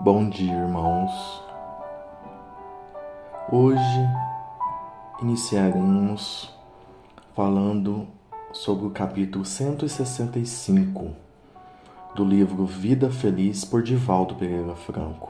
Bom dia, irmãos. Hoje iniciaremos falando sobre o capítulo 165 do livro Vida Feliz por Divaldo Pereira Franco.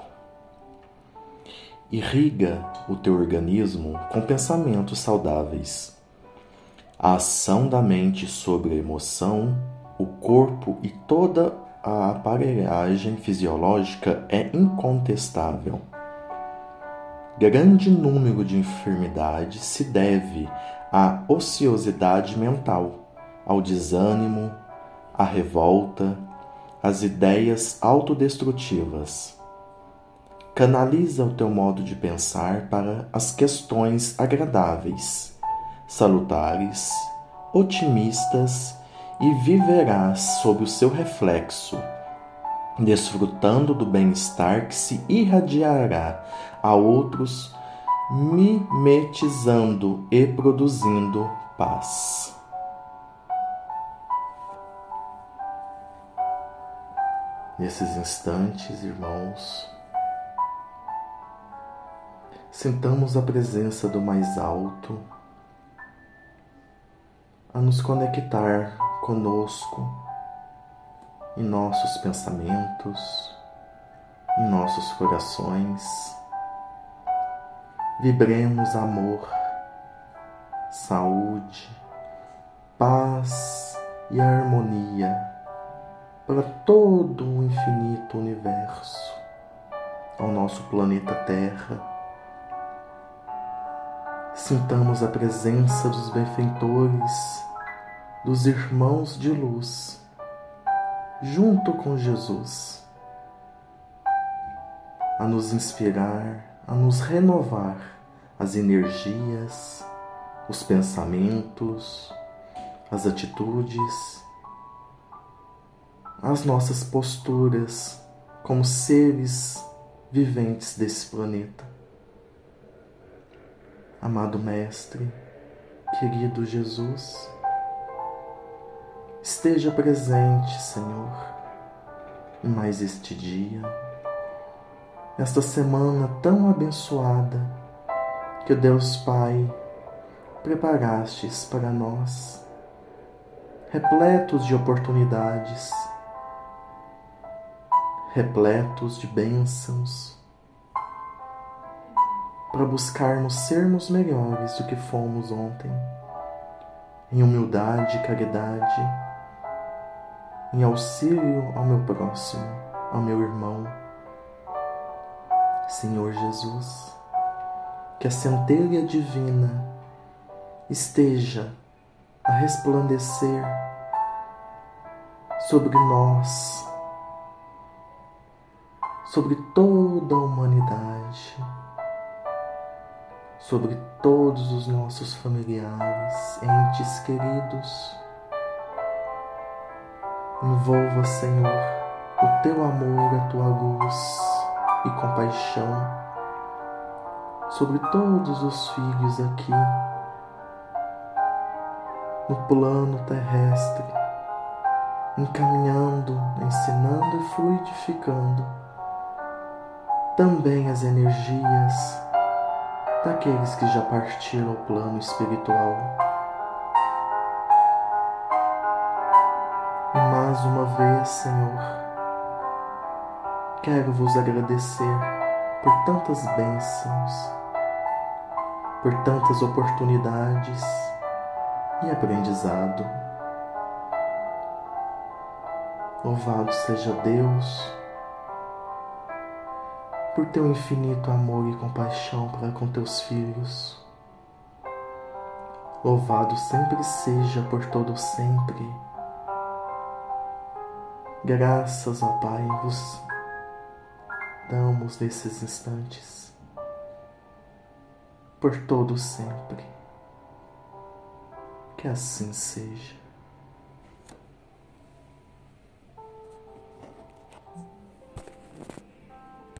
Irriga o teu organismo com pensamentos saudáveis. A ação da mente sobre a emoção, o corpo e toda a aparelhagem fisiológica é incontestável. Grande número de enfermidades se deve à ociosidade mental, ao desânimo, à revolta, às ideias autodestrutivas. Canaliza o teu modo de pensar para as questões agradáveis, salutares, otimistas e viverás sob o seu reflexo, desfrutando do bem-estar que se irradiará a outros, mimetizando e produzindo paz. Nesses instantes, irmãos, sintamos a presença do mais alto a nos conectar conosco em nossos pensamentos, em nossos corações. Vibremos amor, saúde, paz e harmonia para todo o infinito universo, ao nosso planeta Terra. Sintamos a presença dos benfeitores, dos irmãos de luz, junto com Jesus, a nos inspirar, a nos renovar as energias, os pensamentos, as atitudes, as nossas posturas como seres viventes desse planeta. Amado Mestre, querido Jesus, esteja presente, Senhor, em mais este dia, esta semana tão abençoada que Deus Pai preparastes para nós, repletos de oportunidades, repletos de bênçãos, para buscarmos sermos melhores do que fomos ontem, em humildade e caridade, em auxílio ao meu próximo, ao meu irmão. Senhor Jesus, que a centelha divina esteja a resplandecer sobre nós, sobre toda a humanidade, sobre todos os nossos familiares, entes queridos. Envolva, Senhor, o teu amor, a tua luz e compaixão sobre todos os filhos aqui no plano terrestre, encaminhando, ensinando e fluidificando também as energias daqueles que já partiram ao plano espiritual. E mais uma vez, Senhor, quero vos agradecer por tantas bênçãos, por tantas oportunidades e aprendizado. Louvado seja Deus por teu infinito amor e compaixão para com teus filhos. Louvado sempre seja por todo sempre. Graças ao Pai vos damos nesses instantes, por todo sempre. Que assim seja.